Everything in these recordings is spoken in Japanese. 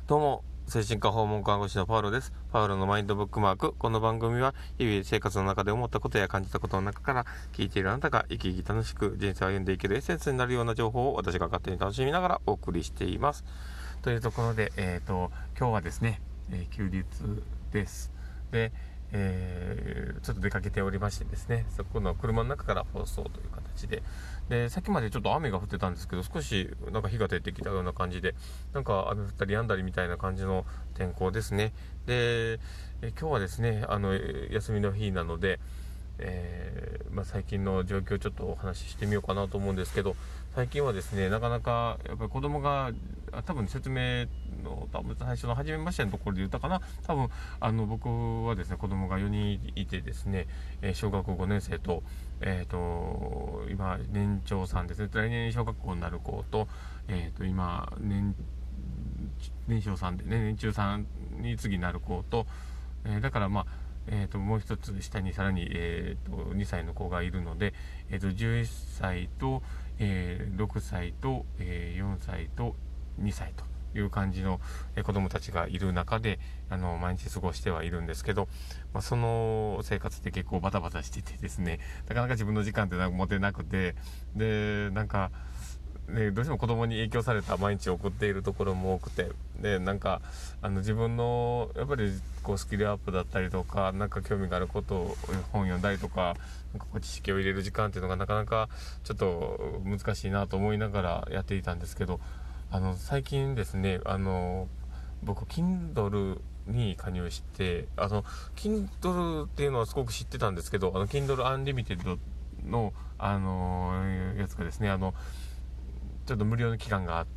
どうも、精神科訪問看護師のパウロです。パウロのマインドブックマーク。この番組は、日々生活の中で思ったことや感じたことの中から、聞いているあなたが生き生き楽しく人生を歩んでいけるエッセンスになるような情報を私が勝手に楽しみながらお送りしています。というところで、今日はですね、休日です。で、ちょっと出かけておりましてですね、そこの車の中から放送という形で、さっきまでちょっと雨が降ってたんですけど、少しなんか日が出てきたような感じで、なんか雨降ったり止んだりみたいな感じの天候ですね。で、今日はですね、休みの日なので、最近の状況をちょっとお話ししてみようかなと思うんですけど、最近はですね、なかなかやっぱり子供が多分説明の最初の初めましてのところで言ったかな。多分僕はですね、子供が4人いてですね、小学校5年生と、今年長さんですね、来年小学校になる子と、今年少さんでね、年中さんに次なる子と、だからもう一つ下にさらに、2歳の子がいるので、11歳と、6歳と、4歳と2歳という感じの子供たちがいる中で毎日過ごしてはいるんですけど、その生活って結構バタバタしててですね、なかなか自分の時間って持てなくて、でなんかね、どうしても子供に影響された毎日を送っているところも多くて、でなんか自分のやっぱりこうスキルアップだったりとか、なんか興味があることを本読んだりとか、なんかこう知識を入れる時間っていうのがなかなかちょっと難しいなと思いながらやっていたんですけど、最近ですね、僕 Kindle に加入して、Kindle っていうのはすごく知ってたんですけど、Kindle Unlimited のやつがですね、ちょっと無料の期間があって、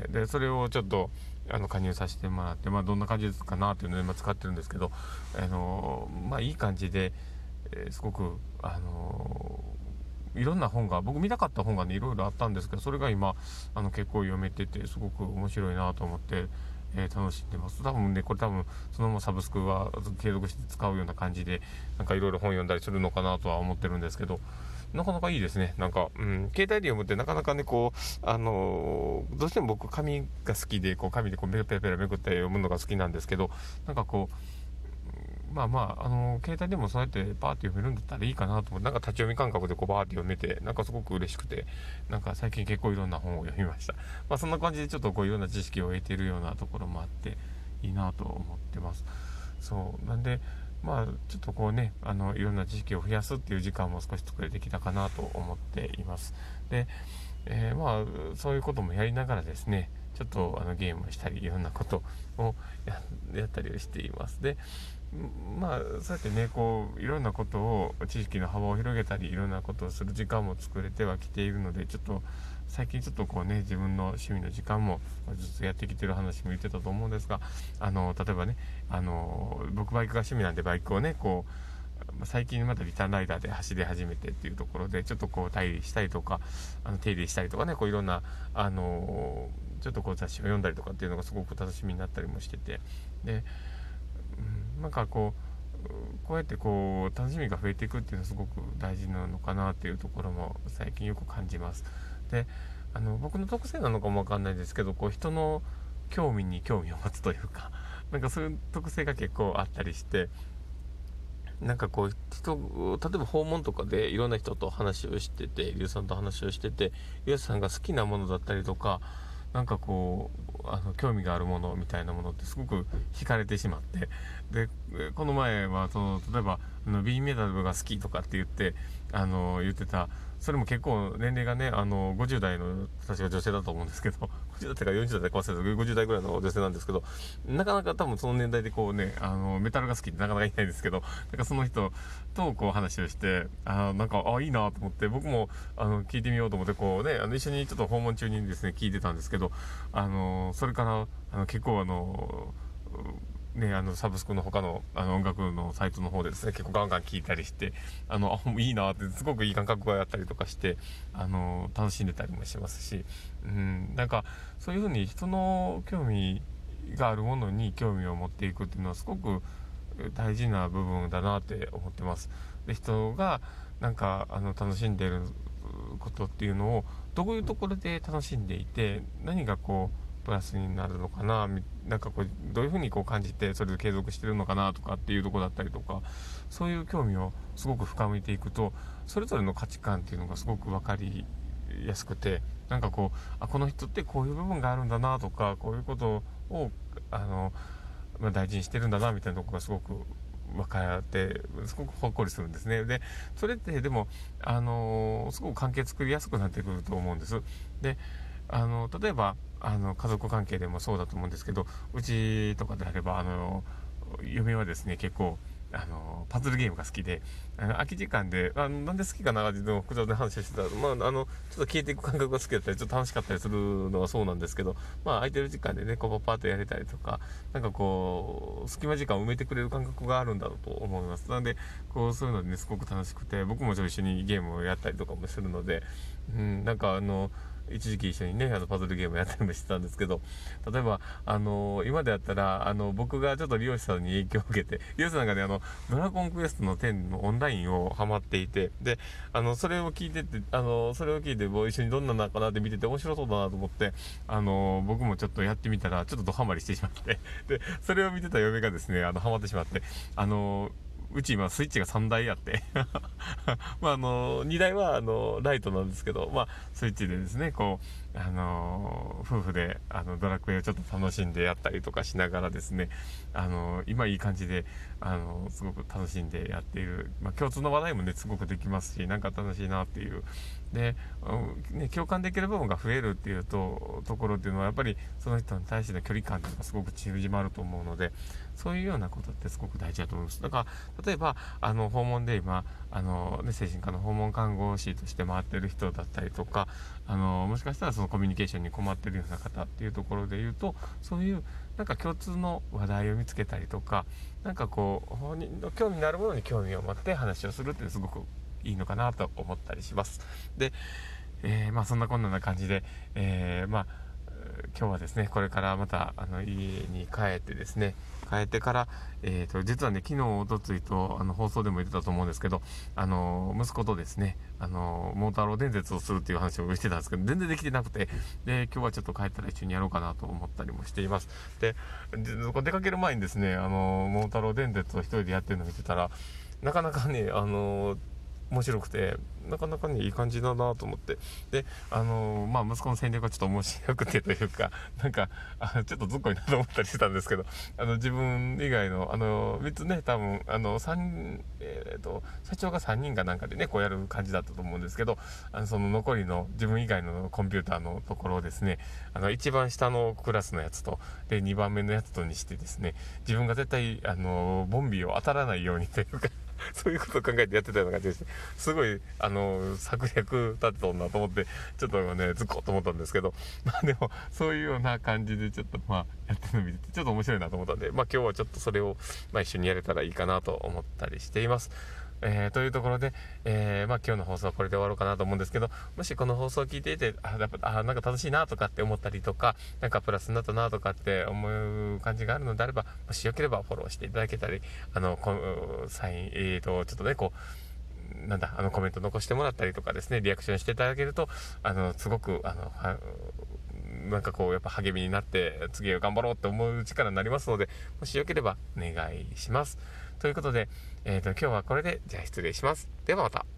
でそれをちょっと加入させてもらって、どんな感じですかなっていうので今使ってるんですけど、いい感じで、すごくいろんな本が、僕見たかった本がねいろいろあったんですけど、それが今結構読めててすごく面白いなと思って、楽しんでます。多分ねこれそのままサブスクは継続して使うような感じで、なんかいろいろ本読んだりするのかなとは思ってるんですけど、なかなかいいですね。なんか、携帯で読むってなかなかね、こう、どうしても僕紙が好きで、こう紙でこうペラペラペラめくって読むのが好きなんですけど、なんかこう、携帯でもそうやってバーって読めるんだったらいいかなと思って、なんか立ち読み感覚でこうバーって読めて、なんかすごく嬉しくて、なんか最近結構いろんな本を読みました。そんな感じでちょっとこういろんな知識を得ているようなところもあって、いいなと思ってます。そうなんで、ちょっとこうね、いろんな知識を増やすっていう時間も少し作れてきたかなと思っています。で、そういうこともやりながらですね、ちょっとゲームをしたりいろんなことをやったりしています。で、そうやってね、こういろんなことを知識の幅を広げたりいろんなことをする時間も作れてはきているので、ちょっと最近ちょっとこうね、自分の趣味の時間もずっとやってきてる話も言ってたと思うんですが、例えばね、僕バイクが趣味なんで、バイクをねこう最近またリターンライダーで走り始めてっていうところで、ちょっとこう手入れしたりとか手入れしたりとかね、こういろんなちょっとこう雑誌を読んだりとかっていうのがすごく楽しみになったりもしてて、で、なんかこうやってこう楽しみが増えていくっていうのはすごく大事なのかなっていうところも最近よく感じます。で、僕の特性なのかもわかんないですけど、こう人の興味に興味を持つというか、なんかそういう特性が結構あったりして、なんかこう例えば訪問とかでいろんな人と話をしてて、ゆうさんと話をしてて、ゆうさんが好きなものだったりとか、なんかこう興味があるものみたいなものってすごく惹かれてしまって、でこの前は例えばB メダルが好きとかって言って言ってた、それも結構年齢がね50代の私が女性だと思うんですけど、50代か40代か忘れたけど50代ぐらいの女性なんですけど、なかなか多分その年代でこうねメタルが好きってなかなかいないんですけど、なんかその人とこう話をして、なんかいいなと思って、僕も聞いてみようと思ってこうね一緒にちょっと訪問中にですね聞いてたんですけど、それから結構サブスクの他の音楽のサイトの方でですね結構ガンガン聞いたりして、いいなってすごくいい感覚があったりとかして、楽しんでたりもしますし、なんかそういう風に人の興味があるものに興味を持っていくっていうのはすごく大事な部分だなって思ってます。で、人がなんか楽しんでいることっていうのをどういうところで楽しんでいて、何がこプラスになるのかな、なんかこうどういうふうにこう感じてそれで継続してるのかなとかっていうところだったりとか、そういう興味をすごく深めていくと、それぞれの価値観っていうのがすごく分かりやすくて、なんかこうこの人ってこういう部分があるんだなとか、こういうことを大事にしてるんだなみたいなところがすごく分かってすごくほっこりするんですね。でそれってでもすごく関係作りやすくなってくると思うんです。で例えば家族関係でもそうだと思うんですけど、うちとかであれば嫁はですね結構パズルゲームが好きで、空き時間でなんで好きかなっていうのを複雑な話をしてたら、ちょっと消えていく感覚が好きだったりちょっと楽しかったりするのはそうなんですけど、空いてる時間でねこうパッとやれたりとか、なんかこう隙間時間を埋めてくれる感覚があるんだろうと思います。なのでこうそういうのでねすごく楽しくて、僕もちょっと一緒にゲームをやったりとかもするので、なんか一時期一緒にねパズルゲームやったりもしてたんですけど、例えば今でやったら僕がちょっと利用者さんに影響を受けて、利用者さんがねドラゴンクエストの10のオンラインをハマっていて、でそれを聞いててそれを聞いてもう一緒にどんなのかなって見てて面白そうだなと思って、僕もちょっとやってみたらちょっとドハマりしてしまって、でそれを見てた嫁がですねハマってしまって、うち今スイッチが3台あって2台はライトなんですけど、スイッチでですねこう夫婦でドラクエをちょっと楽しんでやったりとかしながらですね、今いい感じですごく楽しんでやっている、共通の話題もねすごくできますし、なんか楽しいなっていう。で、共感できる部分が増えるっていうところっていうのはやっぱりその人に対しての距離感っていうのがすごく縮まると思うので、そういうようなことってすごく大事だと思います。だから例えば訪問で今精神科の訪問看護師として回ってる人だったりとか、もしかしたらそのコミュニケーションに困ってるような方っていうところで言うと、そういうなんか共通の話題を見つけたりとか、なんかこう本人の興味のあるものに興味を持って話をするってすごくいいのかなと思ったりします。で、そんなこんな感じで、今日はですねこれからまた家に帰ってですね、帰ってから、実はね昨日おとついと放送でも言ってたと思うんですけど、息子とですねモータロー伝説をするっていう話をしてたんですけど、全然できてなくて、で今日はちょっと帰ったら一緒にやろうかなと思ったりもしています。で出かける前にですねモータロー伝説を一人でやってるのを見てたら、なかなかね面白くて、なかなかねいい感じだなと思って、で息子の戦略がちょっと面白くてというか、なんかちょっとずっこいなと思ったりしてたんですけど、自分以外の3つね多分社長が3人かなんかでねこうやる感じだったと思うんですけど、その残りの自分以外のコンピューターのところをですね一番下のクラスのやつとで2番目のやつとにしてですね、自分が絶対ボンビーを当たらないようにというかそういうことを考えてやってたような感じです。すごい策略立てたなと思ってちょっとねずっこうと思ったんですけど、でもそういうような感じでちょっとやってるのを見ててちょっと面白いなと思ったんで、今日はちょっとそれを一緒にやれたらいいかなと思ったりしています。というところで、今日の放送はこれで終わろうかなと思うんですけど、もしこの放送を聞いていてやっぱなんか楽しいなとかって思ったりとか、なんかプラスになったなとかって思う感じがあるのであれば、もしよければフォローしていただけたりサインちょっとねこうコメント残してもらったりとかですね、リアクションしていただけるとすごくなんかこうやっぱ励みになって次は頑張ろうって思う力になりますので、もしよければお願いします。ということで、今日はこれでじゃあ失礼します。ではまた。